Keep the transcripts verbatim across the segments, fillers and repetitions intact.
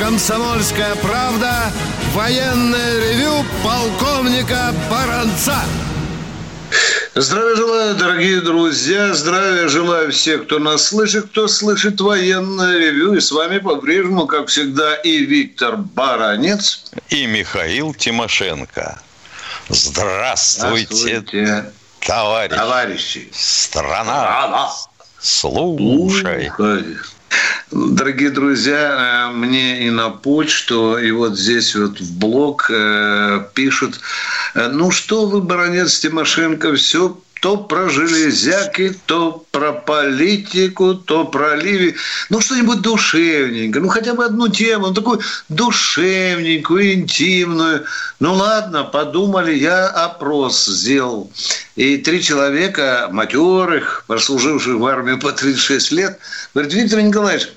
«Комсомольская правда» военное ревю полковника Баранца. Здравия желаю, дорогие друзья. Здравия желаю всех, кто нас слышит, кто слышит военное ревю. И с вами по-прежнему, как всегда, и Виктор Баранец. И Михаил Тимошенко. Здравствуйте, Здравствуйте. Товарищи. Товарищи. Страна. Страна. Слушай. Слушай. Дорогие друзья, мне и на почту, и вот здесь вот в блог пишут: ну что вы, Баранец, Тимошенко, все то про железяки, то про политику, то про Ливию. Ну, что-нибудь душевненькое. Ну, хотя бы одну тему, ну, такую душевненькую, интимную. Ну, ладно, подумали, я опрос сделал. И три человека, матерых, прослуживших в армии по тридцать шесть лет, говорят: Виктор Николаевич,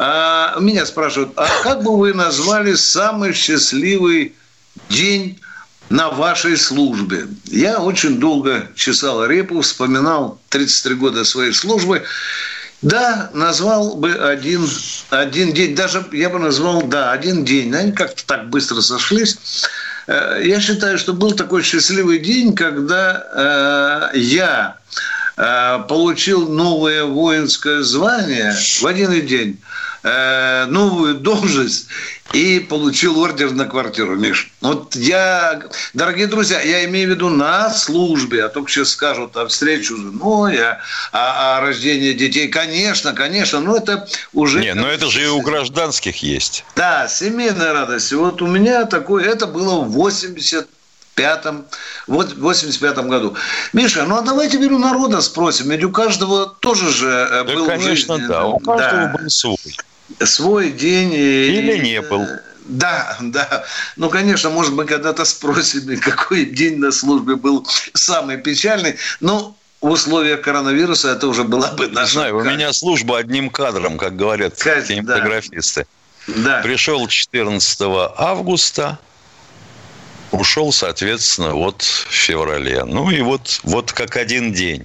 а меня спрашивают, а как бы вы назвали самый счастливый день на вашей службе? Я очень долго чесал репу, вспоминал тридцать три года своей службы. Да, назвал бы один, один день, даже я бы назвал, да, один день. Они как-то так быстро сошлись. Я считаю, что был такой счастливый день, когда э, я э, получил новое воинское звание в один день, э, новую должность и получил ордер на квартиру, Миш. Вот я, дорогие друзья, я имею в виду на службе, а только сейчас скажут о встрече с женой, о, о, о рождении детей. Конечно, конечно, но это уже... Не, но это же и у гражданских есть. Да, семейная радость. Вот у меня такое, это было в восемьдесят пятом, вот в восемьдесят пятом году. Миша, ну а давай теперь у народа спросим, ведь у каждого тоже же да, был конечно, в жизни... да, у каждого да. был свой. Свой день. Или и, не был. Да, да. Ну, конечно, может, мы когда-то спросим, какой день на службе был самый печальный. Но в условиях коронавируса это уже была бы наша... Знаю, у меня служба одним кадром, как говорят кинематографисты. Да. Пришел четырнадцатого августа, ушел, соответственно, вот в феврале. Ну и вот, вот как один день.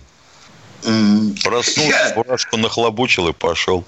Mm. Проснулся, фуражку нахлобучил и пошел.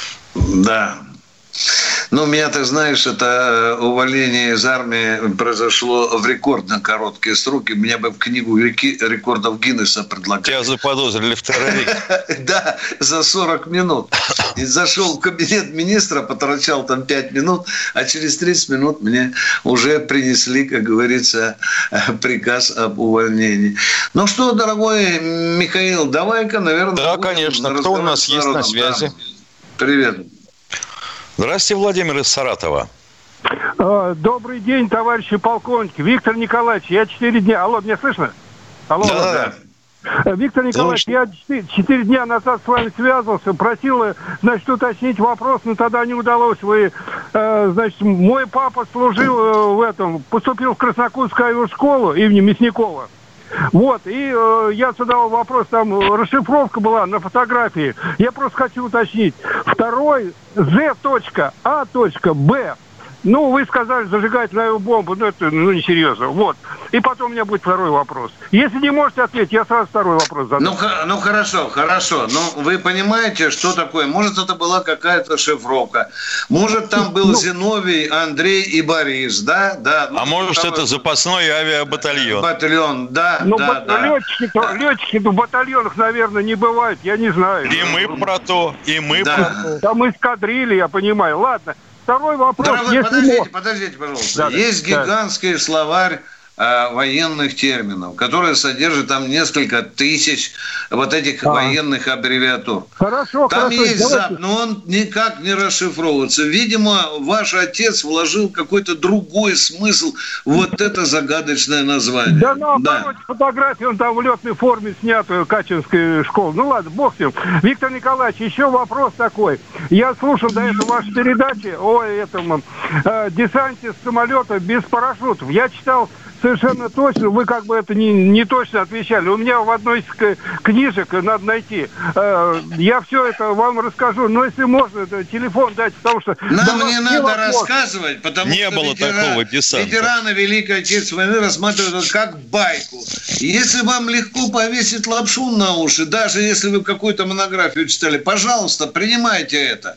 Да. Ну, у меня, ты знаешь, это увольнение из армии произошло в рекордно короткие сроки. Меня бы в книгу рекордов Гиннесса предлагали. Тебя заподозрили в террористе. Да, за сорок минут. И зашел в кабинет министра, поторчал там пять минут, а через тридцать минут мне уже принесли, как говорится, приказ об увольнении. Ну что, дорогой Михаил, давай-ка, наверное... Да, конечно. Кто у нас есть на связи? Привет. Здравствуйте, Владимир из Саратова. Добрый день, товарищи полковники. Виктор Николаевич, я четыре дня... Алло, меня слышно? Алло, да. да. Виктор Николаевич, я четыре дня назад с вами связывался, просил, значит, уточнить вопрос, но тогда не удалось. Вы, значит, мой папа служил в этом, поступил в Краснокутскую авиашколу имени Мясникова. Вот, и э, я задал вопрос, там расшифровка была на фотографии. Я просто хочу уточнить. Второй З.А.Б. Ну, вы сказали зажигательную бомбу, ну, это ну, несерьезно. Вот. И потом у меня будет второй вопрос. Если не можете ответить, я сразу второй вопрос задам. Ну, ну хорошо, хорошо. Ну, вы понимаете, что такое? Может, это была какая-то шифровка. Может, там был ну, Зиновий, Андрей и Борис, да? да. Ну, а может, там... это запасной авиабатальон. Батальон, да, ну, да, бат... да. Летчики, летчики в батальонах, наверное, не бывает, я не знаю. И мы про то, и мы да. про то. Там эскадрильи, я понимаю. Ладно. Второй вопрос. Дорогой, подождите, мог... подождите, пожалуйста. Да, Есть да. гигантский словарь э, военных терминов, который содержит там несколько тысяч вот этих а. военных аббревиатур. Хорошо, там хорошо. есть зап, но он никак не расшифровывается. Видимо, ваш отец вложил какой-то другой смысл в вот это загадочное название. Да, наоборот, да. Фотографию он там в летной форме снят в Качинской школе. Ну ладно, бог с ним. Виктор Николаевич, еще вопрос такой. Я слушал до этого ваши передачи о этом э, десанте с самолета без парашютов. Я читал совершенно точно, вы как бы это не, не точно отвечали. У меня в одной из книжек, надо найти, э, я все это вам расскажу, но если можно, это, телефон дайте, потому что... Нам не надо вопрос. рассказывать, потому не что было ветеран, такого десанта. ветераны Великой Отечественной войны рассматривают это как байку. Если вам легко повесить лапшу на уши, даже если вы какую-то монографию читали, пожалуйста, принимайте это.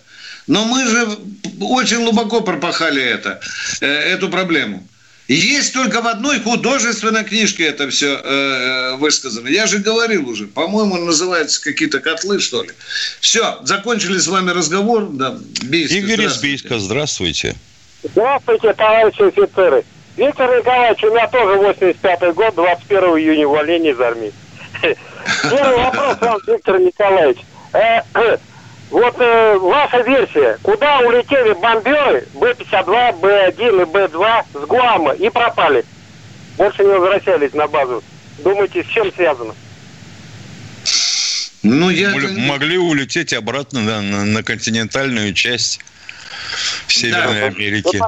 Но мы же очень глубоко пропахали это, эту проблему. Есть только в одной художественной книжке это все э, высказано. Я же говорил уже. По-моему, называется какие-то котлы, что ли. Все, закончили с вами разговор. Да, Бийск, Игорь из Бийска, здравствуйте. Здравствуйте, товарищи офицеры. Виктор Николаевич, у меня тоже восемьдесят пятый год, двадцать первого июня увольнение из армии. Первый вопрос вам, Виктор Николаевич. Вот э, ваша версия, куда улетели бомберы Бэ пятьдесят два, Бэ один и Бэ два с Гуама и пропали? Больше не возвращались на базу. Думаете, с чем связано? Ну, я... Могли улететь обратно на, на, на континентальную часть Северной да, Америки.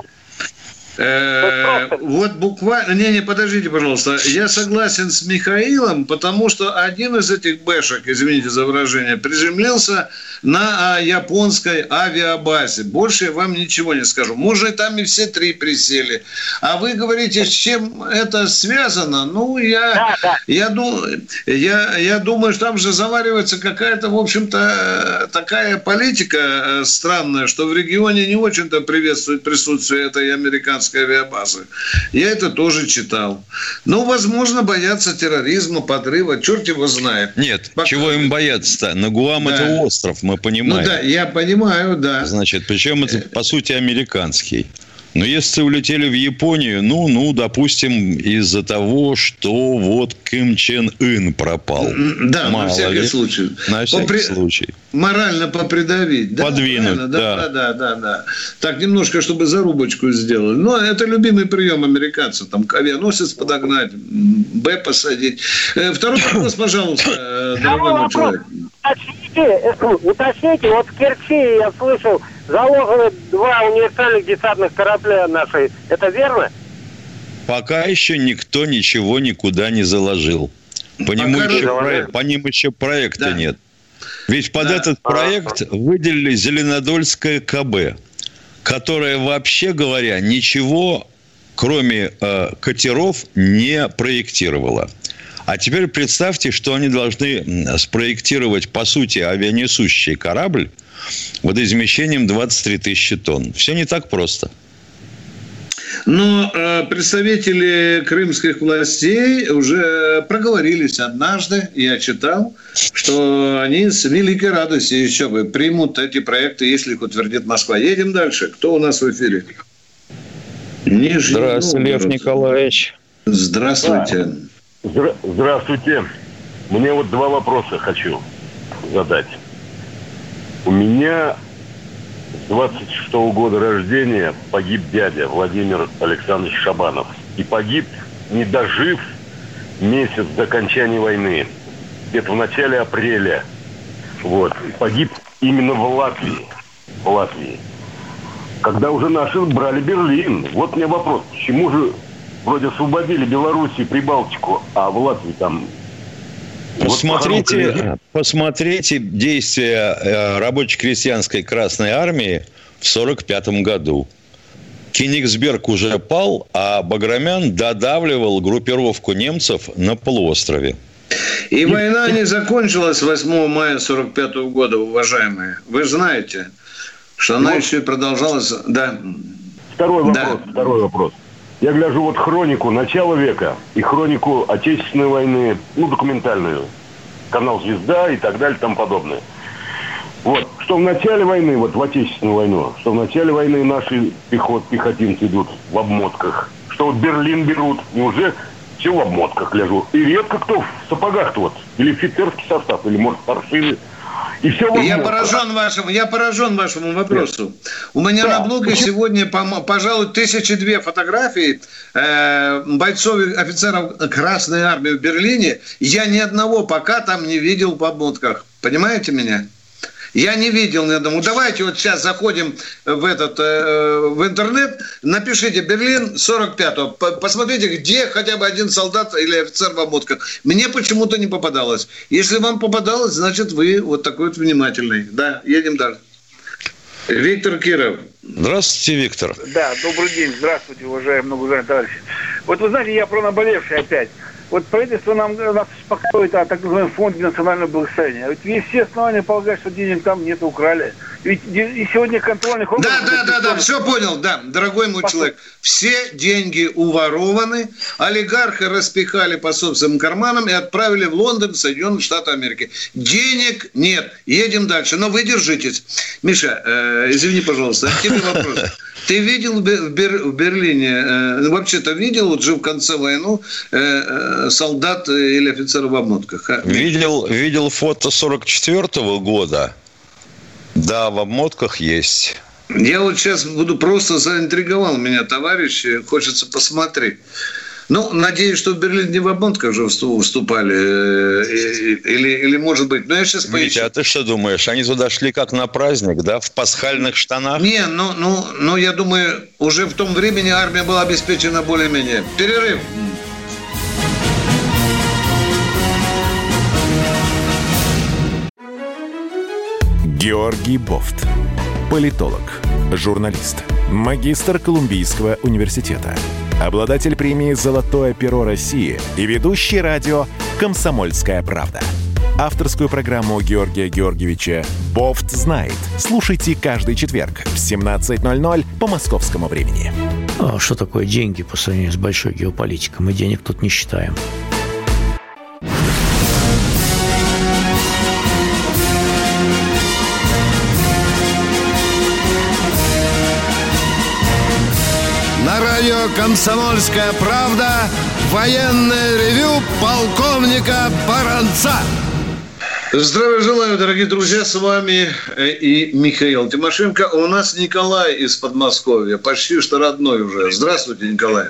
Вот буквально... Не-не, подождите, пожалуйста. Я согласен с Михаилом, потому что один из этих бэшек, извините за выражение, приземлился на японской авиабазе. Больше я вам ничего не скажу. Может, там и все три присели. А вы говорите, с чем это связано? Ну, я, да, да. я, думаю, я, я думаю, что там же заваривается какая-то, в общем-то, такая политика странная, что в регионе не очень-то приветствует присутствие этой американской авиабазы. Я это тоже читал. Ну, возможно, боятся терроризма, подрыва. Черт его знает. Нет, пока... чего им бояться-то? На Гуам да. это остров, мы понимаем. Ну да, я понимаю, да. Значит, причем это, по сути, американский. Но если улетели в Японию, ну, ну, допустим, из-за того, что вот Ким Чен Ын пропал. Да, Мало на всякий ли. случай. На всякий Попри... случай. Морально попридавить. Да, подвинуть, да. Да, да, да, да. Так, немножко, чтобы зарубочку сделали. Но это любимый прием американцев. Там авианосец подогнать, Б посадить. Второй вопрос, пожалуйста, дорогой мой человек. Уточните, уточните, вот в Керчи я слышал, заложены два универсальных десантных корабля нашей. Это верно? Пока еще никто ничего никуда не заложил. По, нему еще, проект, по ним еще проекта да. нет. Ведь под да. этот проект выделили Зеленодольское КБ, которое, вообще говоря, ничего, кроме э, катеров, не проектировало. А теперь представьте, что они должны спроектировать, по сути, авианесущий корабль водоизмещением двадцать три тысячи тонн. Все не так просто. Но э, представители крымских властей уже проговорились однажды, я читал, что они с великой радостью еще бы примут эти проекты, если их утвердит Москва. Едем дальше. Кто у нас в эфире? Нижний Здравствуйте, Лев Николаевич. Здравствуйте. Здра- Здравствуйте. Мне вот два вопроса хочу задать. У меня с двадцать шестого года рождения погиб дядя Владимир Александрович Шабанов. И погиб, не дожив месяц до окончания войны. Где-то в начале апреля. Вот. И погиб именно в Латвии. В Латвии. Когда уже наши брали Берлин. Вот у меня вопрос. Почему же вроде освободили Белоруссию, Прибалтику, а в Латвии там... Посмотрите, вот посмотрите действия рабоче-крестьянской Красной Армии в сорок пятом году. Кенигсберг уже пал, а Баграмян додавливал группировку немцев на полуострове. И война не закончилась восьмого мая сорок пятого года, уважаемые. Вы знаете, что она вот. еще и продолжалась... Да. Второй вопрос, да. второй вопрос. Я гляжу вот хронику начала века и хронику Отечественной войны, ну, документальную, канал «Звезда» и так далее, и тому подобное. Вот, что в начале войны, вот в Отечественную войну, что в начале войны наши пехот, пехотинцы идут в обмотках, что вот Берлин берут, и уже все в обмотках ляжу. И редко кто в сапогах-то вот, или офицерский состав, или, может, паршивый. И все я поражен вашему, я поражен вашему вопросу. Нет. У меня да. на блоге сегодня, пожалуй, тысячи две фотографий э, бойцов и офицеров Красной Армии в Берлине. Я ни одного пока там не видел в обмотках. Понимаете меня? Я не видел ни одного. Давайте вот сейчас заходим в этот э, в интернет, напишите Берлин сорок пятого. Посмотрите, где хотя бы один солдат или офицер в обмотках. Мне почему-то не попадалось. Если вам попадалось, значит вы вот такой вот внимательный. Да, едем дальше. Виктор Киров. Здравствуйте, Виктор. Да, добрый день. Здравствуйте, уважаемые многоуважаемые товарищи. Вот вы знаете, я про наболевший опять. Вот правительство нам, нас успокоит о так называемом фонде национального благосостояния. Ведь есть все основания полагать, что денег там нет, украли. Ведь и сегодня контрольных органов... Да, да, да, да, все понял, да, дорогой мой человек. Все деньги уворованы, олигархи распихали по собственным карманам и отправили в Лондон, Соединенные Штаты Америки. Денег нет, едем дальше, но вы держитесь. Миша, э, извини, пожалуйста, а тебе вопрос. Ты видел в, Бер, в Берлине, э, вообще-то видел, вот жил в конце войны, э, э, солдат или офицера в обмотках? А? Видел, видел фото сорок четвёртого года. Да, в обмотках есть. Я вот сейчас буду просто заинтриговал меня, товарищ, хочется посмотреть. Ну, надеюсь, что в Берлине не в обмотках же выступали, или, или может быть, но я сейчас поищу. Витя, а ты что думаешь, они туда шли как на праздник, да, в пасхальных штанах? Не, ну, ну, ну, я думаю, уже в том времени армия была обеспечена более-менее. Перерыв. Георгий Бофт. Политолог, журналист, магистр Колумбийского университета, обладатель премии «Золотое перо России» и ведущий радио «Комсомольская правда». Авторскую программу Георгия Георгиевича «Бофт знает». Слушайте каждый четверг в семнадцать ноль ноль по московскому времени. А что такое деньги по сравнению с большой геополитикой? Мы денег тут не считаем. На радио «Комсомольская правда» военное ревю полковника Баранца. Здравия желаю, дорогие друзья, с вами и Михаил Тимошенко. У нас Николай из Подмосковья, почти что родной уже. Здравствуйте, Николай.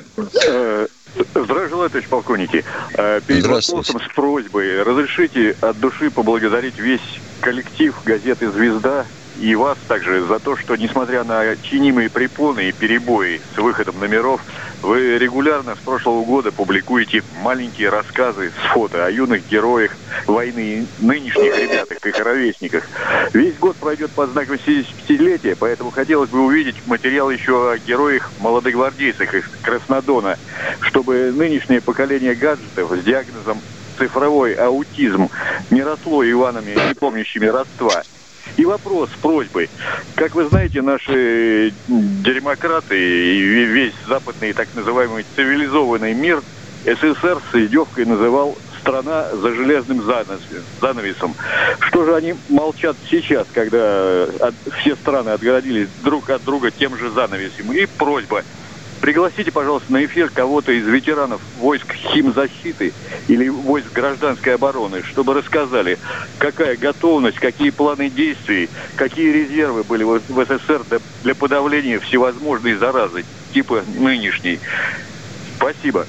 Здравия желаю, товарищ полковники. Перед вопросом с просьбой разрешите от души поблагодарить весь коллектив газеты «Звезда» и вас также за то, что, несмотря на чинимые препоны и перебои с выходом номеров, вы регулярно с прошлого года публикуете маленькие рассказы с фото о юных героях войны и нынешних ребятах, их ровесниках. Весь год пройдет под знак восьмидесятипятилетия, поэтому хотелось бы увидеть материал еще о героях молодогвардейцах из Краснодона, чтобы нынешнее поколение гаджетов с диагнозом цифровой аутизм не росло Иванами, не помнящими родства. И вопрос с просьбой. Как вы знаете, наши демократы и весь западный так называемый цивилизованный мир СССР с издевкой называл «страна за железным занавесом». Что же они молчат сейчас, когда все страны отгородились друг от друга тем же занавесом? И просьба. Пригласите, пожалуйста, на эфир кого-то из ветеранов войск химзащиты или войск гражданской обороны, чтобы рассказали, какая готовность, какие планы действий, какие резервы были в СССР для подавления всевозможной заразы, типа нынешней. Спасибо.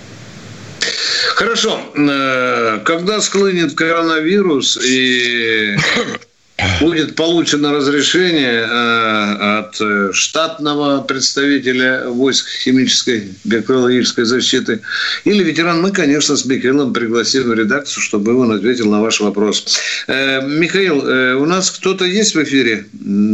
Хорошо. Когда схлынет коронавирус и будет получено разрешение э, от штатного представителя войск химической биологической защиты или ветеран, мы, конечно, с Михаилом пригласим в редакцию, чтобы он ответил на ваш вопрос. Э, Михаил, э, у нас кто-то есть в эфире?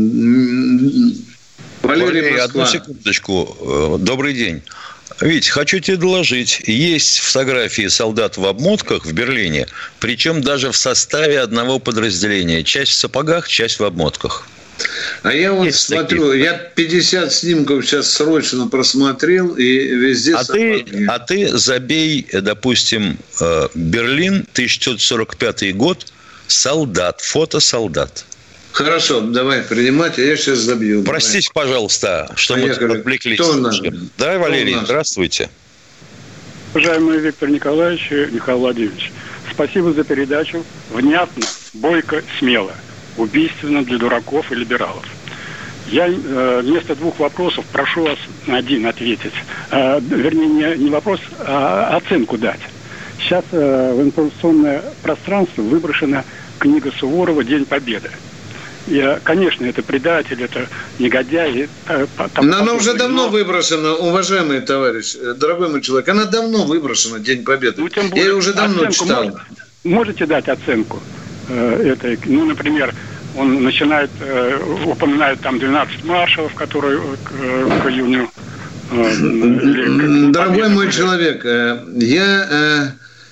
Валерий, Валерий одну секундочку. Добрый день. Вить, хочу тебе доложить, есть фотографии солдат в обмотках в Берлине, причем даже в составе одного подразделения. Часть в сапогах, часть в обмотках. А я вот есть смотрю, такие. Я пятьдесят снимков сейчас срочно просмотрел, и везде а ты, а ты забей, допустим, Берлин, тысяча девятьсот сорок пятый год, солдат, фото солдат. Хорошо, давай принимать, а я сейчас забью. Простите, давай. Пожалуйста, что Поехали. Мы отвлеклись. Давай, Валерий, здравствуйте. Уважаемый Виктор Николаевич и Михаил Владимирович, спасибо за передачу. Внятно, бойко, смело. Убийственно для дураков и либералов. Я э, вместо двух вопросов прошу вас на один ответить. Э, вернее, не, не вопрос, а оценку дать. Сейчас э, в информационное пространство выброшена книга Суворова «День Победы». И, конечно, это предатель, это негодяй. Но она уже давно его... выброшена, уважаемый товарищ, дорогой мой человек. Она давно выброшена, День Победы. Ну, тем более, я ее уже давно читал. Можете, можете дать оценку э, этой? Ну, например, он начинает, э, упоминает там двенадцать маршалов, которые э, к июню... Э, дорогой мой человек, э, я... Э,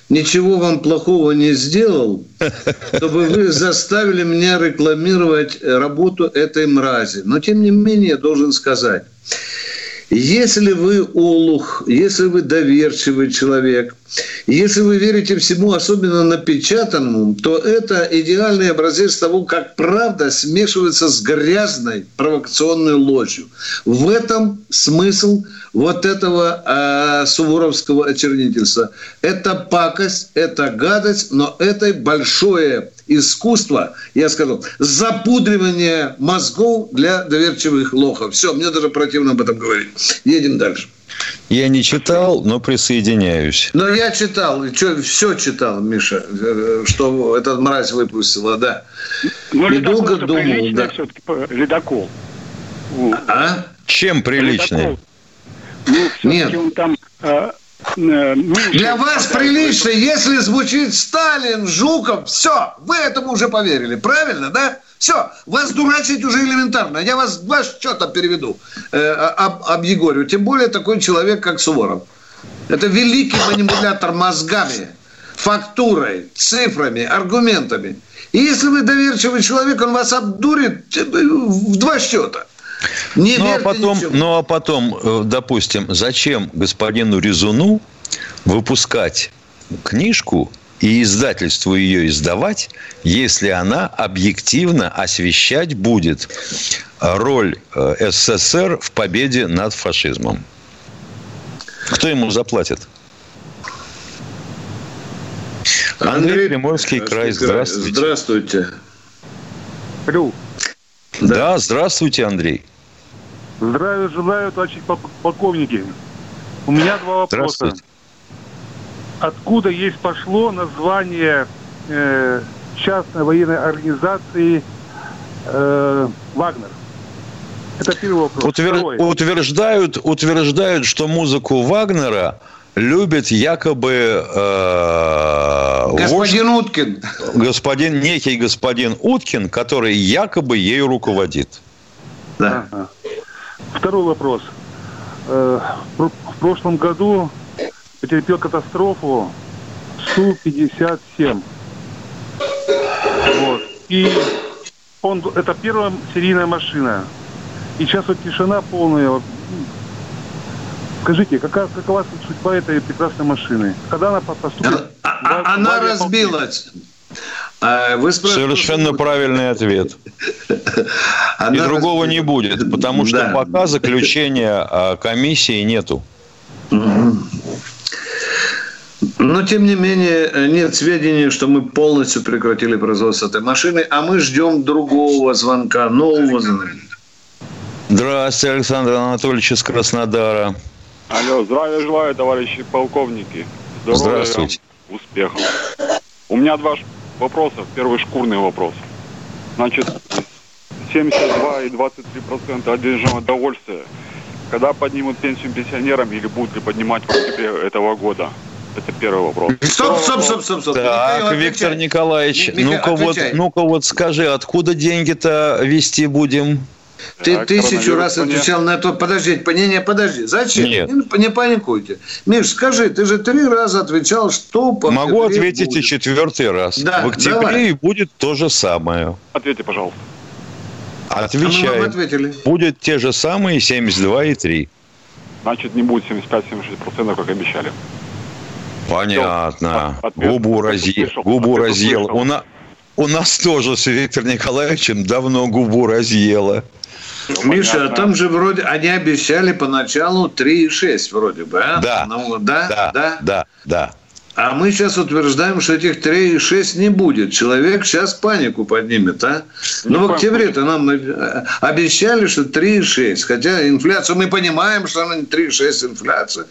ничего вам плохого не сделал, чтобы вы заставили меня рекламировать работу этой мрази. Но, тем не менее, я должен сказать, если вы олух, если вы доверчивый человек, если вы верите всему, особенно напечатанному, то это идеальный образец того, как правда смешивается с грязной провокационной ложью. В этом смысл вот этого э, суворовского очернительства. Это пакость, это гадость, но это большое искусство, я скажу, запудривание мозгов для доверчивых лохов. Все, мне даже противно об этом говорить. Едем дальше. Я не читал, но присоединяюсь. Но я читал, все читал, Миша, что этот мразь выпустила, да. Но и долго думал, да. Все-таки ледокол. А? Чем приличный? Ну, Нет. Он там... А... Ну, для вас прилично, если звучит Сталин, Жуков, все, вы этому уже поверили, правильно, да? Все, вас дурачить уже элементарно. Я вас, вас что там переведу, э, об, объегорю. Тем более такой человек, как Суворов. Это великий манипулятор мозгами, фактурой, цифрами, аргументами. И если вы доверчивый человек, он вас обдурит в два счета. Не ну, а потом, ну, а потом, допустим, зачем господину Резуну выпускать книжку и издательству ее издавать, если она объективно освещать будет роль СССР в победе над фашизмом? Кто ему заплатит? Андрей, Андрей Приморский край, здравствуйте. Здравствуйте. Алло. Да. да, здравствуйте, Андрей. Здравия желаю, товарищи полковники. У меня два вопроса. Откуда есть пошло название э, частной военной организации э, «Вагнер»? Это первый вопрос. Утвер... Утверждают, утверждают, что музыку Вагнера любит якобы э, господин вождь, Уткин. Господин, некий господин Уткин, который якобы ею руководит. Да. Ага. Второй вопрос. Э, в прошлом году потерпел катастрофу Су пятьдесят семь. Вот. И он, это первая серийная машина. И сейчас вот тишина полная. Скажите, какая, какова судьба этой прекрасной машины? Когда она поступит? А, она разбилась. Вы Совершенно правильный ответ. И другого не будет, потому что пока заключения комиссии нету. Но, тем не менее, нет сведений, что мы полностью прекратили производство этой машины, а мы ждем другого звонка, нового звонка. Здравствуйте, Александр Анатольевич из Краснодара. Алло, здравия желаю, товарищи полковники. Здоровья, здравствуйте. Успехов. У меня два вопроса. Первый шкурный вопрос. Значит, семьдесят два и двадцать три процента одержимого довольствия. Когда поднимут пенсию пенсионерам или будут ли поднимать в октябре этого года? Это первый вопрос. Стоп, стоп, стоп, стоп, стоп. Так, Михаил, Виктор отвечай. Николаевич, Михаил, ну-ка вот, ну-ка вот скажи, откуда деньги-то вести будем? Ты так, тысячу раз отвечал на то. Подожди, не, не, подожди. Зачем? Нет. Не, не паникуйте. Миш, скажи, ты же три раза отвечал, что по Могу ответить будет. И четвертый раз. Да, в октябре давай. Будет то же самое. Ответьте, пожалуйста. Отвечаю. А будет те же самые семьдесят два и три. Значит, не будет семьдесят пять - семьдесят шесть процентов, как обещали. Понятно. Ответ, губу разъел. Губу разъел. У, на... У нас тоже с Виктором Николаевичем давно губу разъело. Миша, а там же вроде они обещали поначалу три и шесть вроде бы, а? Да. Ну, да, да, да, да, да. А мы сейчас утверждаем, что этих три и шесть не будет. Человек сейчас панику поднимет, а? Ну, в октябре-то нам обещали, что три и шесть. Хотя инфляцию мы понимаем, что она не три и шесть инфляция.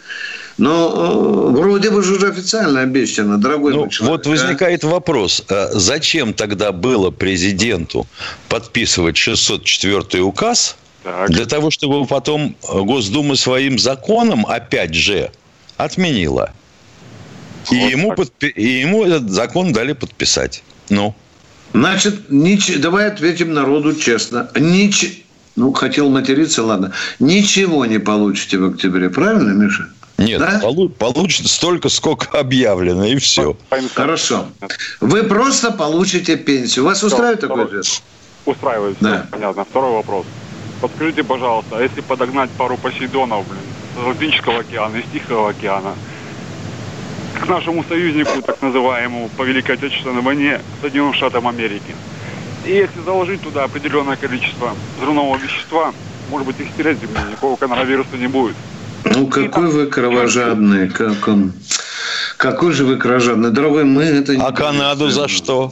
Но вроде бы же уже официально обещано, дорогой ну, мой человек. Вот возникает а? вопрос, зачем тогда было президенту подписывать шестьсот четвёртый указ так. для того, чтобы потом Госдума своим законом, опять же, отменила. И вот ему, подпи- и ему этот закон дали подписать. Ну. Значит, нич- давай ответим народу честно. Нич- ну, хотел материться, ладно. Ничего не получите в октябре, правильно, Миша? Нет, да? полу- получится столько, сколько объявлено, и все. Хорошо. Вы просто получите пенсию. Вас устраивает такой ответ? Устраивает, да. Понятно. Второй вопрос. Подскажите, пожалуйста, а если подогнать пару Посейдонов, блин, с Атлантического океана, из Тихого океана, к нашему союзнику, так называемому, по Великой Отечественной войне, Соединенным Штатам Америки, и если заложить туда определенное количество взрывного вещества, может быть, их стереть земли, никакого коронавируса не будет. Ну, какой вы кровожадный, как он... Какой же вы кровожадный. Дорогой, мы это... А Канаду за что?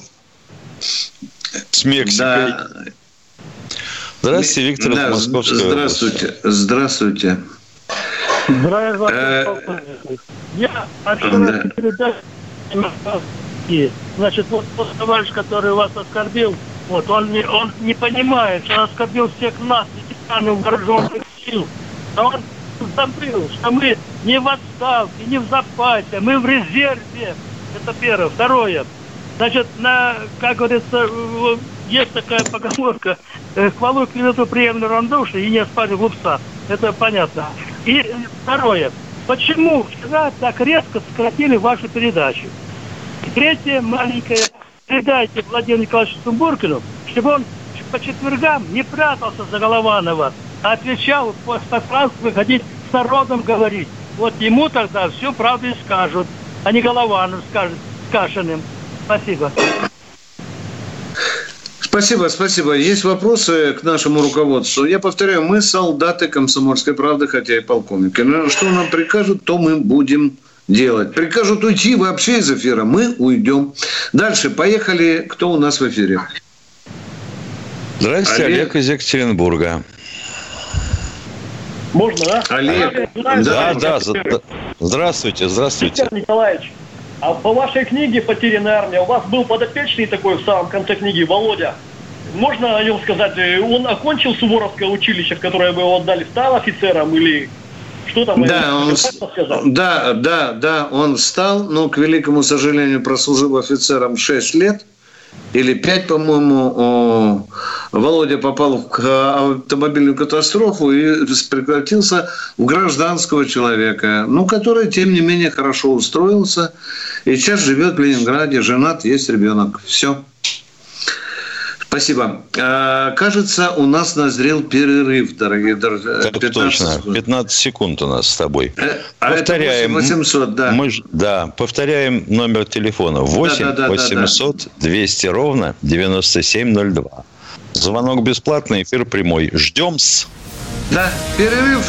С Мексикой. Да. Здравствуйте, Виктор да, из Московской Здравствуйте. области. Здравствуйте. Здравствуйте. Я общался с передачей. Значит, вот тот товарищ, который вас оскорбил, вот он не, он не понимает, что он оскорбил всех нас, ветеранов вооруженных сил. А он забыл, что мы не в отставке, не в запасе, мы в резерве. Это первое. Второе. Значит, на, как говорится, есть такая поговорка: хвалу и клевету приемлю равнодушие и не оспариваю глупца. Это понятно. И второе. Почему вчера так резко сократили вашу передачу? И третье, маленькое. Передайте Владимиру Николаевичу Сумбуркину, чтобы он по четвергам не прятался за Голованова, а отвечал по пространству выходить с народом говорить. Вот ему тогда всю правду и скажут, а не Голованов скажет с Кашиным. Спасибо. Спасибо, спасибо. Есть вопросы к нашему руководству. Я повторяю, мы солдаты «Комсомольской правды», хотя и полковники. Но что нам прикажут, то мы будем делать. Прикажут уйти вообще из эфира, мы уйдем. Дальше, поехали. Кто у нас в эфире? Здравствуйте, Олег, Олег из Екатеринбурга. Можно, да? Олег. Да, да. да. Здравствуйте, здравствуйте. Виктор Николаевич, а по вашей книге «Потерянная армия» у вас был подопечный такой в самом конце книги, Володя. Можно о нем сказать? Он окончил Суворовское училище, в которое вы его отдали, стал офицером или что там? Да, он, да, да, да, он стал, но, к великому сожалению, прослужил офицером шесть лет. Или пять, по-моему, Володя попал в автомобильную катастрофу и превратился в гражданского человека, ну, который, тем не менее, хорошо устроился. И сейчас живет в Ленинграде, женат, есть ребенок. Все. Спасибо. Кажется, у нас назрел перерыв, дорогие друзья. Так точно. пятнадцать секунд у нас с тобой. А повторяем. восемь восемьсот, да. Мы, да, повторяем номер телефона. восемь да, да, восемьсот да, да. двести ровно девяносто семь ноль два. Звонок бесплатный, эфир прямой. Ждем-с. Да, перерыв.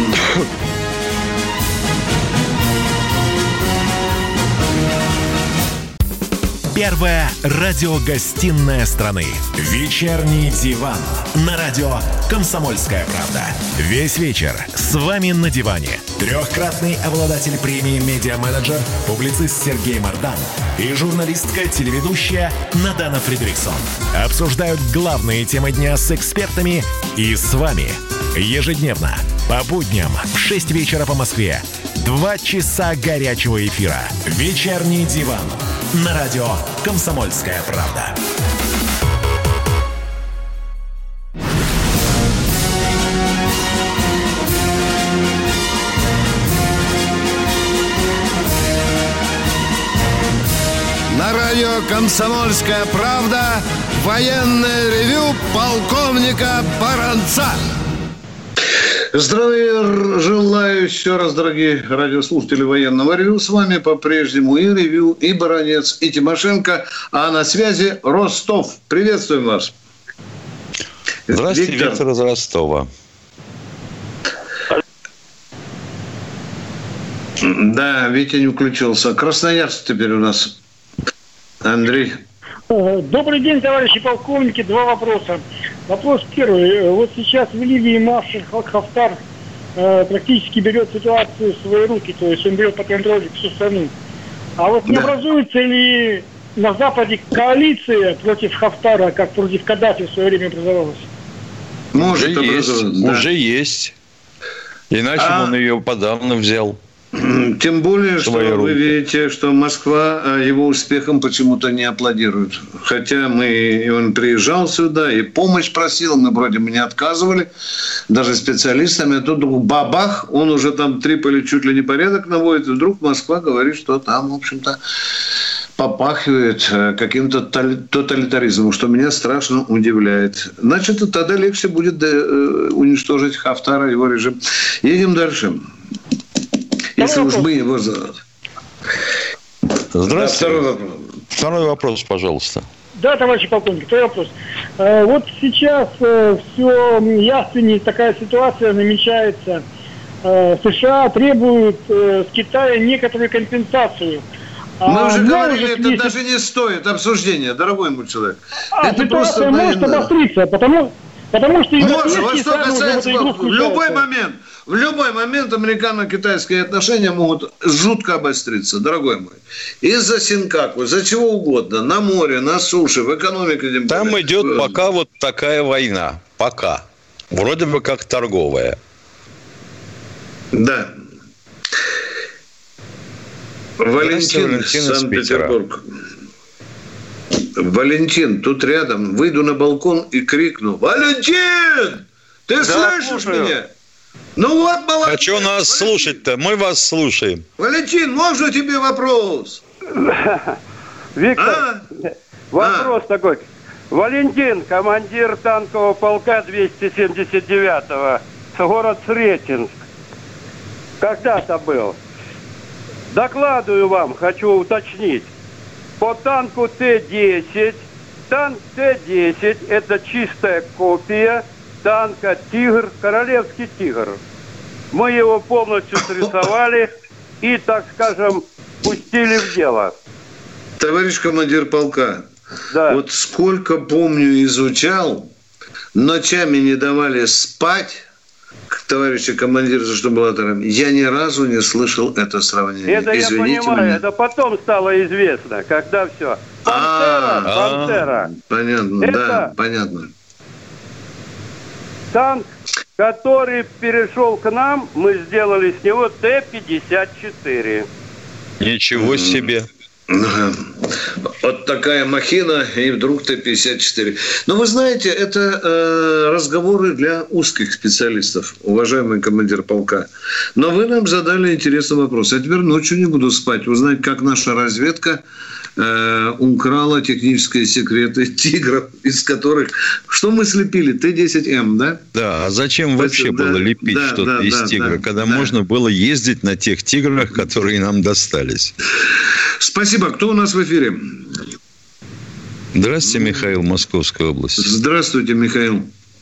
Первая радиогостинная страны. Вечерний диван. На радио «Комсомольская правда». Весь вечер с вами на диване. Трехкратный обладатель премии «Медиа-менеджер», публицист Сергей Мардан и журналистка-телеведущая Надана Фридриксон обсуждают главные темы дня с экспертами и с вами. Ежедневно, по будням, в шесть вечера по Москве. Два часа горячего эфира. Вечерний диван. На радио «Комсомольская правда». На радио «Комсомольская правда» военное ревю полковника Баранца. Здравия желаю еще раз, дорогие радиослушатели военного ревю. С вами по-прежнему и ревю, и Баранец, и Тимошенко. А на связи Ростов. Приветствуем вас. Здравствуйте, Виктор, Виктор из Ростова. Да, Витя не включился. Красноярск теперь у нас. Андрей. Добрый день, товарищи полковники. Два вопроса. Вопрос первый. Вот сейчас в Ливии маршал Хафтар э, практически берет ситуацию в свои руки, то есть он берет под контроль всю страну. А вот не да. образуется ли на Западе коалиция против Хафтара, как против Каддафи в свое время образовалась? Может, уже есть. Да. Уже есть. Иначе а... он ее подавно взял. Тем более, что вы руки. видите, что Москва его успехом почему-то не аплодирует. Хотя мы, и он приезжал сюда, и помощь просил, мы вроде бы не отказывали, даже специалистами. А тут вдруг бабах, он уже там Триполи чуть ли не порядок наводит, и вдруг Москва говорит, что там, в общем-то, попахивает каким-то тоталитаризмом, что меня страшно удивляет. Значит, тогда легче будет уничтожить Хафтара, его режим. Едем дальше. Если уж мы его... Здравствуйте. Да, второй вопрос. Второй вопрос, пожалуйста. Да, товарищ полковник, второй вопрос. Э, вот сейчас э, все яснее такая ситуация намечается. Э, США требуют э, с Китая некоторую компенсацию. Мы уже говорили, это месяц... даже не стоит обсуждения, дорогой мой человек. А, это просто может обостриться, потому, потому что... Может, во что касается... В любой момент... В любой момент американо-китайские отношения могут жутко обостриться, дорогой мой. Из-за Синкаку, из-за чего угодно. На море, на суше, в экономике. Там идет пока вот такая война. Пока. Вроде бы как торговая. Да. Валентин, Валентин Санкт-Петербург. Валентин, тут рядом. Выйду на балкон и крикну: Валентин! Ты да, слышишь слушаю. меня? Ну вот, молодец. А что нас Валентин. слушать-то? Мы вас слушаем. Валентин, можно тебе вопрос? Виктор, а? вопрос а? такой. Валентин, командир танкового полка двести семьдесят девятого, город Сретенск. Когда-то был. Докладываю вам, хочу уточнить. По танку Т десять, танк Т десять – это чистая копия танка «Тигр», королевский «Тигр». Мы его полностью срисовали и, так скажем, пустили в дело. Товарищ командир полка, да. вот сколько помню изучал, ночами не давали спать, товарищи командиры, за что была там, я ни разу не слышал это сравнение. Это Извините я понимаю, меня. Это потом стало известно, когда все. Пантера, Пантера. Понятно, это... да, понятно. Танк, который перешел к нам, мы сделали с него Т пятьдесят четыре. Ничего mm. себе. Вот такая махина, и вдруг Т пятьдесят четыре. Но вы знаете, это э, разговоры для узких специалистов, уважаемый командир полка. Но вы нам задали интересный вопрос. Я теперь ночью не буду спать, узнать, как наша разведка э, украла технические секреты «Тигров», из которых... Что мы слепили? Т десять М, да? Да, а зачем вообще да, было лепить да, что-то да, из да, «Тигра», да, когда да. можно было ездить на тех «Тиграх», которые нам достались? Спасибо. Кто у нас в эфире? Здравствуйте, Михаил, Московская область. Здравствуйте, Михаил.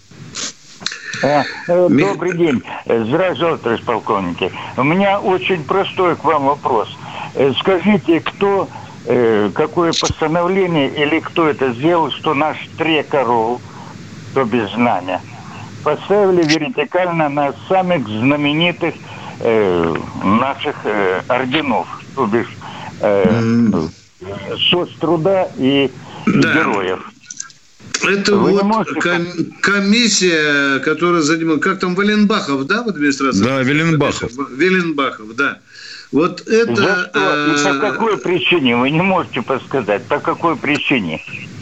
А, добрый Мих... день. Здравствуйте, товарищ полковники. У меня очень простой к вам вопрос. Скажите, кто, какое постановление или кто это сделал, что наш трекорол, то без знамя, поставили вертикально на самых знаменитых э, наших э, орденов, то бишь э, соцтруда и, да. и героев. Это Вы вот можете... ком- комиссия, которая занимает... Как там, Валенбахов, да, в администрации? Да, Валенбахов. Валенбахов, да. Вот это... За что? И по какой причине? Вы не можете подсказать. По какой причине?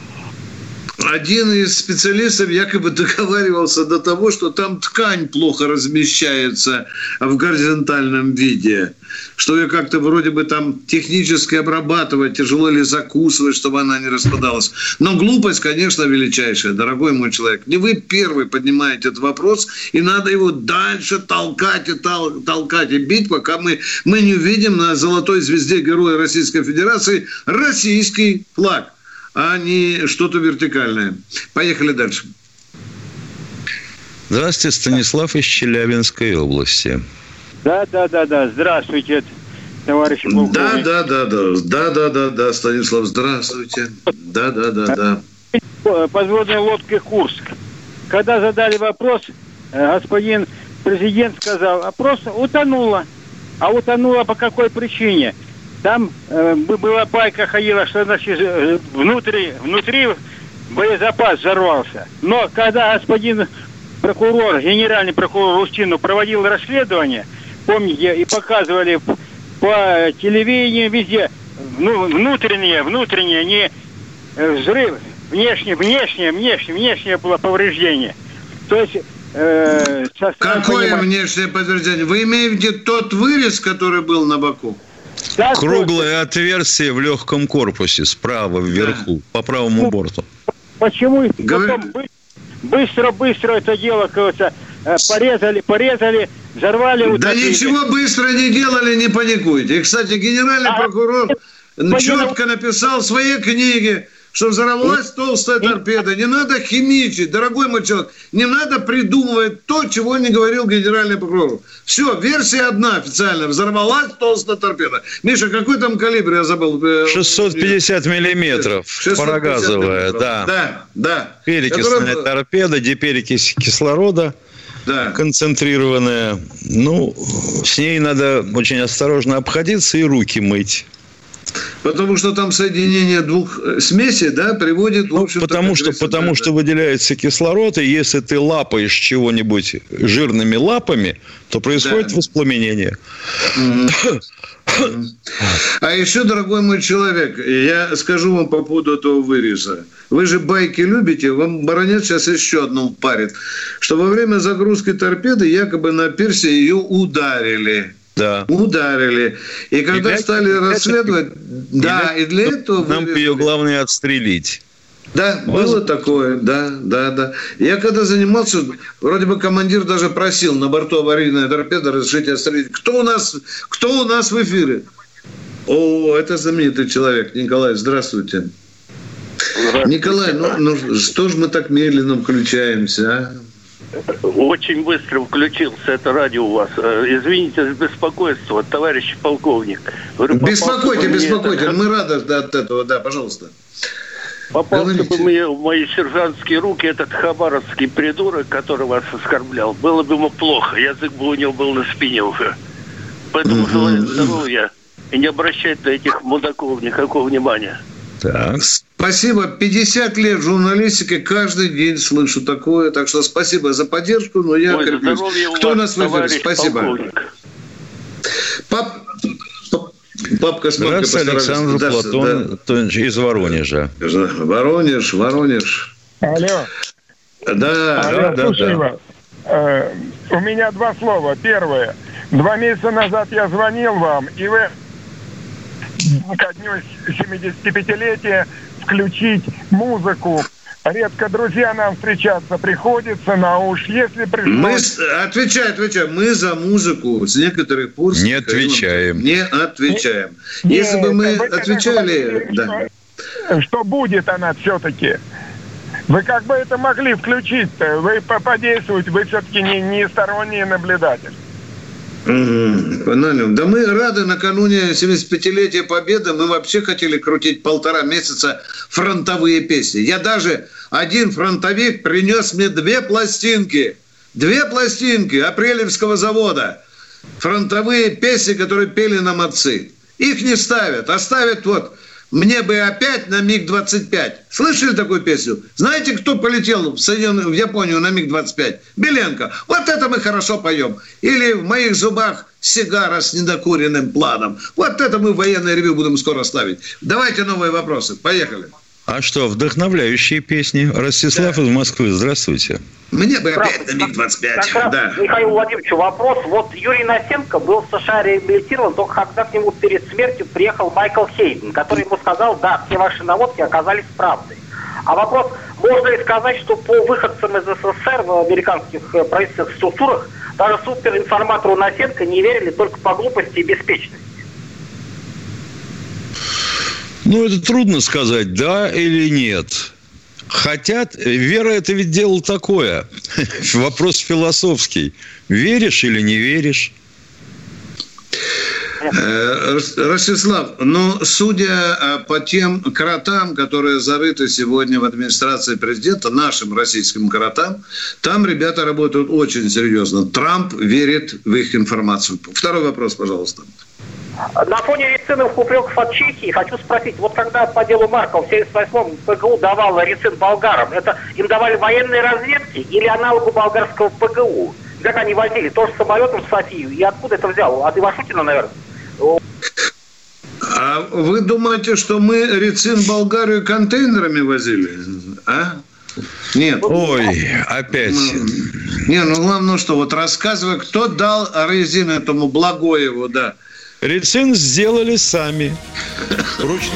Один из специалистов якобы договаривался до того, что там ткань плохо размещается в горизонтальном виде, что ее как-то вроде бы там технически обрабатывать, тяжело ли закусывать, чтобы она не распадалась. Но глупость, конечно, величайшая, дорогой мой человек. Не вы первый поднимаете этот вопрос, и надо его дальше толкать и тол- толкать и бить, пока мы, мы не увидим на золотой звезде Героя Российской Федерации российский флаг, а не что-то вертикальное. Поехали дальше. Здравствуйте, Станислав из Челябинской области. Да, да, да, да. Здравствуйте, товарищи полковник. Да, да, да, да. Да, да, да, да, Станислав, здравствуйте. Да, да, да, да. Подводная лодка «Курск». Когда задали вопрос, господин президент сказал, а просто утонула. А утонула по какой причине? Там э, была байка ходила, что значит внутри, внутри боезапас взорвался. Но когда господин прокурор, генеральный прокурор Устинов проводил расследование, помните, и показывали по телевидению везде, ну, внутреннее, внутреннее, не взрыв, внешнее, внешнее, внешнее, внешнее было повреждение. То есть... Э, Какое понимаю... внешнее повреждение? Вы имеете тот вырез, который был на боку? Да, круглое отверстие в легком корпусе, справа, вверху, да. по правому ну, борту. Почему потом быстро-быстро это дело, кажется, порезали, порезали, взорвали... Да утопили. Ничего быстро не делали, не паникуйте. И, кстати, генеральный а, прокурор это... четко написал в своей книге, что взорвалась толстая торпеда. Не надо химичить, дорогой мой человек. Не надо придумывать то, чего не говорил генеральный прокурор. Все, версия одна официально. Взорвалась толстая торпеда. Миша, какой там калибр, я забыл? шестьсот пятьдесят миллиметров. Парогазовая, да. Да, да. Перекисная Которая... торпеда, диперекись кислорода. Да. Концентрированная. Ну, с ней надо очень осторожно обходиться и руки мыть. Потому что там соединение двух смесей, да, приводит, в общем-то... Потому, что, потому да, что да. выделяется кислород, и если ты лапаешь чего-нибудь жирными лапами, то происходит да. воспламенение. Mm-hmm. Mm-hmm. А еще, дорогой мой человек, я скажу вам по поводу этого выреза. Вы же байки любите, вам баронет сейчас еще одну парит, что во время загрузки торпеды якобы на пирсе ее ударили. Да. Ударили. И когда и стали для... расследовать... И да, для... и для этого... Нам вырезали. Ее главное отстрелить. Да, Воз... было такое, да, да, да. Я когда занимался, вроде бы командир даже просил на борту аварийная торпеда разрешите отстрелить. Кто у нас, кто у нас в эфире? О, это знаменитый человек. Николай, здравствуйте. здравствуйте. Николай, ну, ну что ж мы так медленно включаемся, а? Очень быстро включился это радио у вас. Извините за беспокойство, товарищ полковник. Говорю, беспокойте, беспокойте. Это... Мы рады от этого, да, пожалуйста. Попался Говорите. бы мне в мои сержантские руки этот хабаровский придурок, который вас оскорблял. Было бы ему плохо. Язык бы у него был на спине уже. Поэтому желаю здоровья и не обращать на этих мудаков никакого внимания. Так. Спасибо. пятьдесят лет журналистики, каждый день слышу такое. Так что спасибо за поддержку, но я Ой, креплюсь. Кто у нас в эфире? Спасибо. Пап... Папка с мамкой постарались. Александр да, Платон да. из Воронежа. Воронеж, Воронеж. Алло. Да, Алло, да, слушай да. вас. Э, у меня два слова. Первое. Два месяца назад я звонил вам, и вы ко дню семидесятипятилетия включить музыку. Редко друзья нам встречаться приходится, на уж если пришлось... Мы, отвечай, отвечай, мы за музыку с некоторых пор... Не отвечаем. Не отвечаем. Не, если бы мы отвечали... Да. Что, что будет она все-таки? Вы как бы это могли включить-то? Вы подействуете, вы все-таки не, не сторонний наблюдатель. Угу, да мы рады накануне семидесятипятилетия Победы. Мы вообще хотели крутить полтора месяца фронтовые песни. Я даже один фронтовик принес мне две пластинки. Две пластинки Апрелевского завода. Фронтовые песни, которые пели нам отцы. Их не ставят, а ставят вот «Мне бы опять на миг двадцать пять». Слышали такую песню? Знаете, кто полетел в, Соединенную, в Японию на миг двадцать пять? Беленко. Вот это мы хорошо поем. Или «В моих зубах сигара с недокуренным планом». Вот это мы в военное ревью будем скоро ставить. Давайте новые вопросы. Поехали. А что, вдохновляющие песни? Ростислав да. из Москвы. Здравствуйте. Мне бы опять на миг двадцать пять. Как да. раз Михаилу Владимировичу вопрос. Вот Юрий Насенко был в США реабилитирован, только когда к нему перед смертью приехал Майкл Хейден, который ему сказал, да, все ваши наводки оказались правдой. А вопрос, можно ли сказать, что по выходцам из СССР в американских правительственных структурах даже суперинформатору Насенко не верили только по глупости и беспечности? Ну, это трудно сказать, да или нет. Хотят, вера – это ведь дело такое. Вопрос философский. Веришь или не веришь? Ростислав, но судя по тем кротам, которые зарыты сегодня в администрации президента, нашим российским кротам, там ребята работают очень серьезно. Трамп верит в их информацию. Второй вопрос, пожалуйста. На фоне рециновых упреков от Чехии хочу спросить, вот когда по делу Маркова в семьдесят восьмом ПГУ давала рецин болгарам, это им давали военные разведки или аналогу болгарского ПГУ? Как они возили? Тоже самолетом в Софию. И откуда это взял? От Ивашутина, наверное? А вы думаете, что мы рецин в Болгарию контейнерами возили? А? Нет. Ой, опять. Не, ну главное, что вот рассказывай, кто дал резину этому Благоеву, да. Рецин сделали сами. Ручно.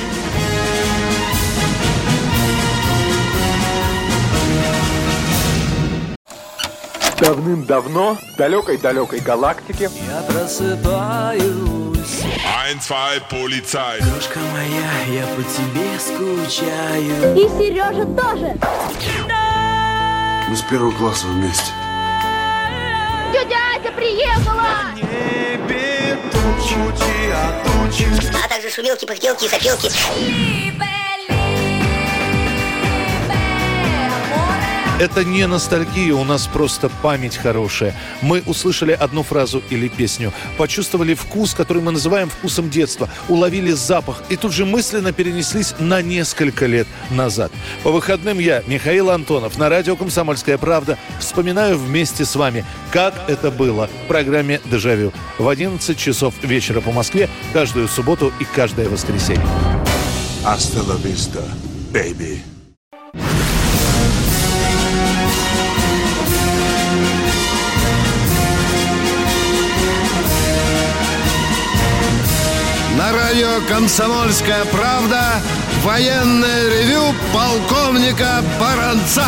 Давным-давно в далекой-далекой галактике я просыпаюсь. Ein, zwei, полицай. Крошка моя, я по тебе скучаю. И Сережа тоже. Мы с первого класса вместе. Тетя Ася приехала! Небе тучи, а тучи. А также шумелки, пыхтелки и сопелки. Это не ностальгия, у нас просто память хорошая. Мы услышали одну фразу или песню, почувствовали вкус, который мы называем вкусом детства, уловили запах и тут же мысленно перенеслись на несколько лет назад. По выходным я, Михаил Антонов, на радио «Комсомольская правда» вспоминаю вместе с вами, как это было в программе «Дежавю» в одиннадцать часов вечера по Москве каждую субботу и каждое воскресенье. Hasta la vista, baby. На радио «Комсомольская правда» военное ревю полковника Баранца.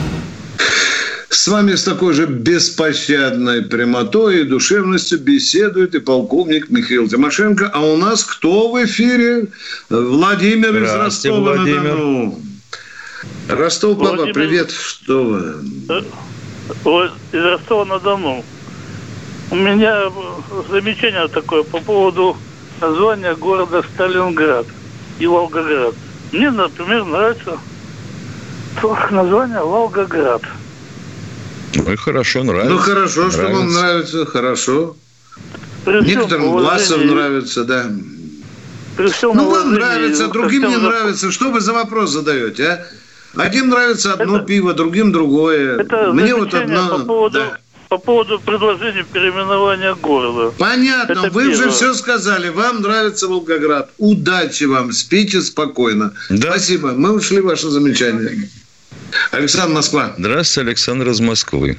С вами с такой же беспощадной прямотой и душевностью беседует и полковник Михаил Тимошенко. А у нас кто в эфире? Владимир из Ростова-на-Дону. Ростов, папа, Владимир... привет. Что вы? Из Ростова-на-Дону. У меня замечание такое по поводу названия города Сталинград и Волгоград. Мне, например, нравится название Волгоград. Ну и хорошо, нравится. Ну хорошо, нравится. Что вам нравится, хорошо. При Некоторым глазом нравится, да. Ну вам нравится, другим не нравится. Что вы за вопрос задаете, а? Одним нравится одно это, пиво, другим другое. Это Мне вот одно... По поводу... Да. По поводу предложения переименования города. Понятно, это вы первое. Уже все сказали. Вам нравится Волгоград. Удачи вам, спите спокойно. Да. Спасибо, мы ушли ваше замечание. Александр, Москва. Здравствуйте, Александр из Москвы.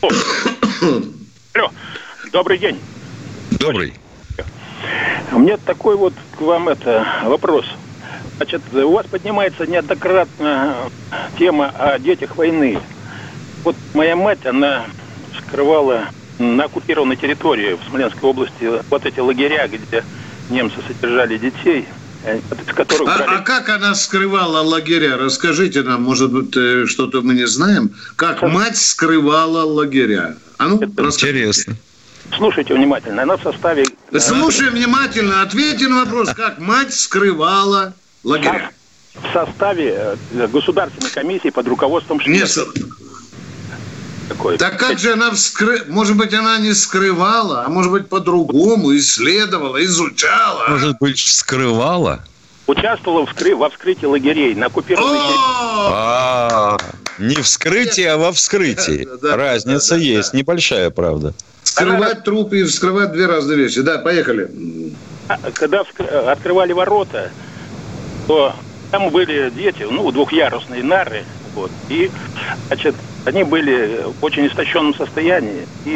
Алло, добрый день. Добрый. У меня такой вот к вам это вопрос. Значит, у вас поднимается неоднократно тема о детях войны. Вот моя мать, она скрывала на оккупированной территории в Смоленской области вот эти лагеря, где немцы содержали детей, из которых а, брали... а как она скрывала лагеря? Расскажите нам, может быть, что-то мы не знаем. Как мать скрывала лагеря? А ну, это интересно. Слушайте внимательно. Она в составе... Слушай внимательно. Ответьте на вопрос. Как мать скрывала лагеря? В составе государственной комиссии под руководством Швеции. Такой. Так как же она вскры... Может быть, она не скрывала, а может быть, по-другому исследовала, изучала. Может быть, вскрывала? Участвовала вскры... во вскрытии лагерей на оккупированной территории. Не вскрытие, а во вскрытии. Разница есть, небольшая, правда. Скрывать труп и вскрывать две разные вещи. Да, поехали. Когда открывали ворота, то там были дети, ну, двухъярусные нары. Вот, и, значит, они были в очень истощенном состоянии. И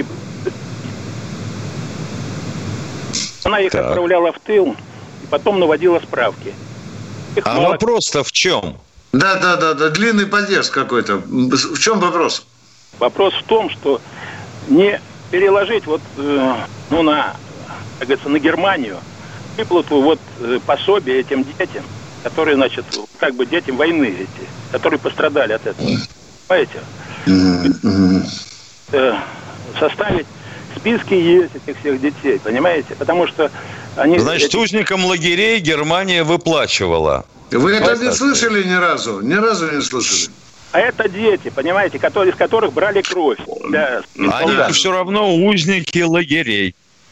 она их так. отправляла в тыл, и потом наводила справки. Их а мало... вопрос-то в чем? Да, да, да, да, длинный подъезд какой-то. В чем вопрос? Вопрос в том, что не переложить вот, э, ну, на, как говорится, на Германию выплату вот э, пособия этим детям, которые, значит, как бы детям войны эти, которые пострадали от этого. Понимаете? Mm-hmm. Э, составить списки есть этих всех детей, понимаете? Потому что они... Значит, эти... узникам лагерей Германия выплачивала. Вы это не слышали ни разу? Ни разу не слышали? А это дети, понимаете, которые, из которых брали кровь. Для... Они все равно узники лагерей.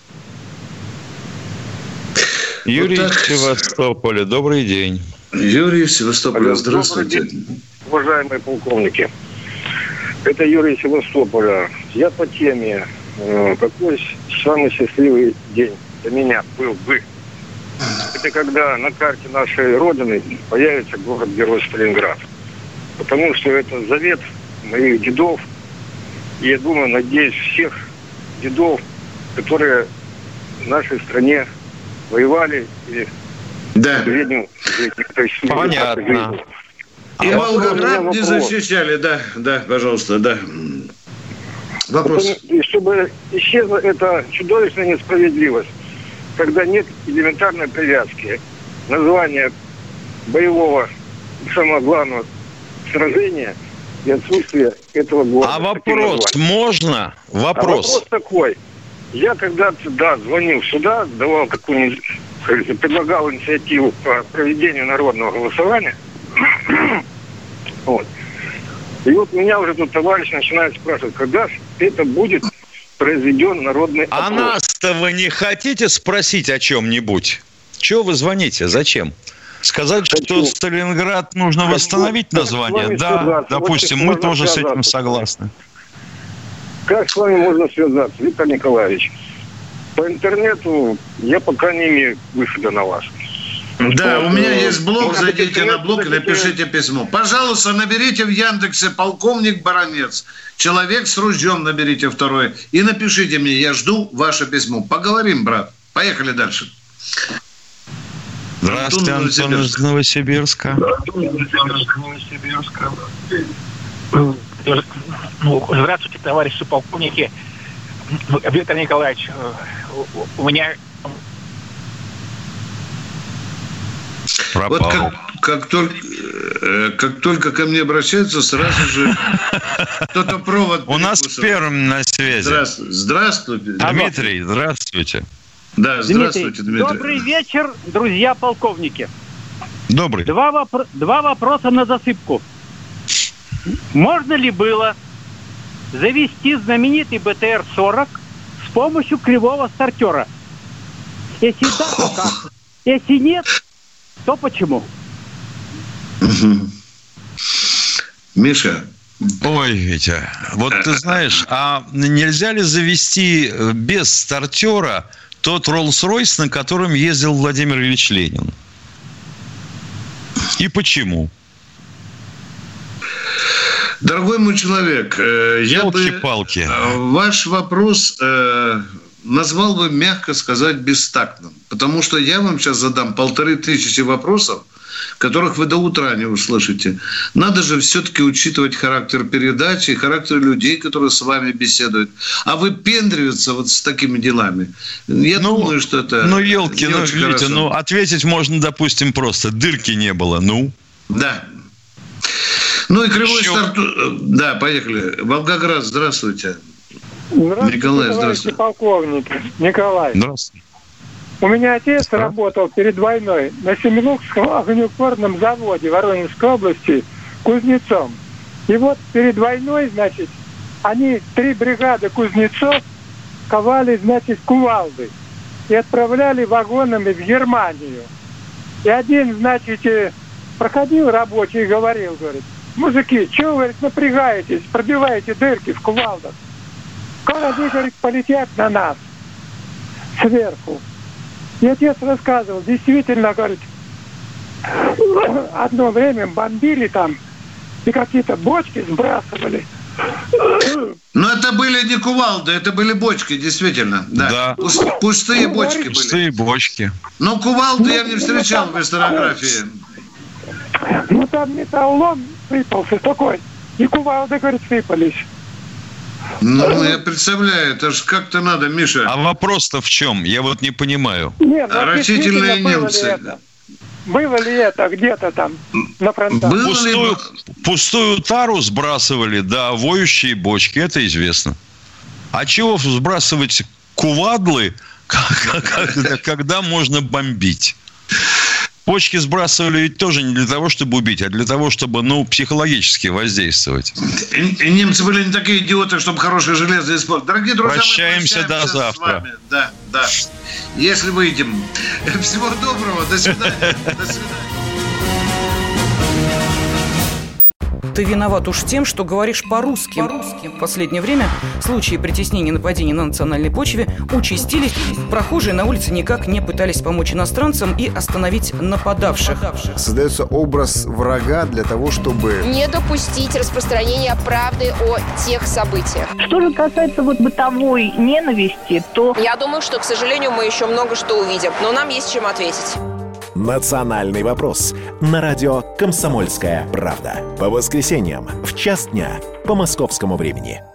Юрий вот из Севастополя, добрый день. Юрий из Севастополя, здравствуйте. Добрый день, уважаемые полковники. Это Юрий из Севастополя. Я по теме. э, какой самый счастливый день для меня был бы? Это когда на карте нашей Родины появится город-герой Сталинград. Потому что это завет моих дедов. И я думаю, надеюсь, всех дедов, которые в нашей стране воевали и да. к сожалению, понятно. И а Волгоград не защищали, да, да, пожалуйста, да. Вопрос. И чтобы исчезла эта чудовищная несправедливость, когда нет элементарной привязки, названия боевого, самого главного сражения и отсутствие этого города. А вопрос можно? Вопрос. А вопрос такой. Я когда-то, да, звонил сюда, давал какую-нибудь, предлагал инициативу по проведению народного голосования. Вот. И вот меня уже тут товарищ начинает спрашивать, когда это будет произведен народный опрос. А нас-то вы не хотите спросить о чем-нибудь? Чего вы звоните? Зачем? Сказать, Хочу. что Сталинград нужно Хочу. восстановить название? Да, связаться. допустим, вот мы тоже связаться. с этим согласны. Как с вами можно связаться, Виктор Николаевич? По интернету я пока не имею выхода на вас. Да, у меня есть блог, зайдите на блог и напишите письмо. Пожалуйста, наберите в Яндексе полковник Баранец. Человек с ружьем наберите второй. И напишите мне, я жду ваше письмо. Поговорим, брат. Поехали дальше. Здравствуйте, Антон из Новосибирска. Здравствуйте, товарищи полковники. Виктор Николаевич, у меня... Пропал. Вот как, как, только, как только ко мне обращаются, сразу же кто-то провод... У нас первым на связи. Здравствуйте. Здравствуйте. Дмитрий, здравствуйте. Да, здравствуйте, Дмитрий. Дмитрий. Добрый вечер, друзья полковники. Добрый. Два, вопро- два вопроса на засыпку. Можно ли было завести знаменитый бэ тэ эр сорок с помощью кривого стартера? Если да, то как? Если нет, то почему? Миша. Ой, Витя, вот ты знаешь, а нельзя ли завести без стартера тот Роллс-Ройс, на котором ездил Владимир Ильич Ленин? И почему? Дорогой мой человек, я бы ваш вопрос назвал бы, мягко сказать, бестактным. Потому что я вам сейчас задам полторы тысячи вопросов, которых вы до утра не услышите. Надо же все-таки учитывать характер передачи и характер людей, которые с вами беседуют. А вы пендриваться вот с такими делами. Я ну, думаю, что это... Ну, елки, ну, Витя, ну, ответить можно, допустим, просто. Дырки не было, ну. Да. Ну, и кривой старт... Да, поехали. Волгоград, здравствуйте. Здравствуйте, Николай, здравствуйте, полковник. Николай. Здравствуйте. У меня отец работал перед войной на Семенухском огнеупорном заводе Воронежской области кузнецом. И вот перед войной, значит, они, три бригады кузнецов, ковали, значит, кувалды и отправляли вагонами в Германию. И один, значит, проходил рабочий и говорил, говорит, мужики, чего вы, говорит, напрягаетесь, пробиваете дырки в кувалдах? Как они, говорит, полетят на нас сверху. И отец рассказывал, действительно, говорит, одно время бомбили там и какие-то бочки сбрасывали. Но это были не кувалды, это были бочки, действительно. Да. Да. Пуст, пустые ну, бочки были. Пустые бочки. Но кувалды я не встречал в историографии. Ну там металлолом сыпался такой. И кувалды, говорит, сыпались. Ну, я представляю, это же как-то надо, Миша. А вопрос-то в чем? Я вот не понимаю. Нет, ну, рачительные немцы. Было ли, было ли это где-то там на фронтах? Пустую, ли... пустую тару сбрасывали, да, воющие бочки, это известно. А чего сбрасывать кувадлы, когда можно бомбить? Почки сбрасывали ведь тоже не для того, чтобы убить, а для того, чтобы, ну, психологически воздействовать. И немцы были не такие идиоты, чтобы хорошее железо использовать. Дорогие друзья, прощаемся, мы прощаемся до завтра. Да, да. Если выйдем. Всего доброго. До свидания. До свидания. ты виноват уж тем, что говоришь по-русски. по-русски. В последнее время случаи притеснения и нападений на национальной почве участились. Прохожие на улице никак не пытались помочь иностранцам и остановить нападавших. Создается образ врага для того, чтобы не допустить распространения правды о тех событиях. Что же касается вот бытовой ненависти, то... Я думаю, что, к сожалению, мы еще много что увидим, но нам есть чем ответить. «Национальный вопрос» на радио «Комсомольская правда». По воскресеньям в час дня по московскому времени.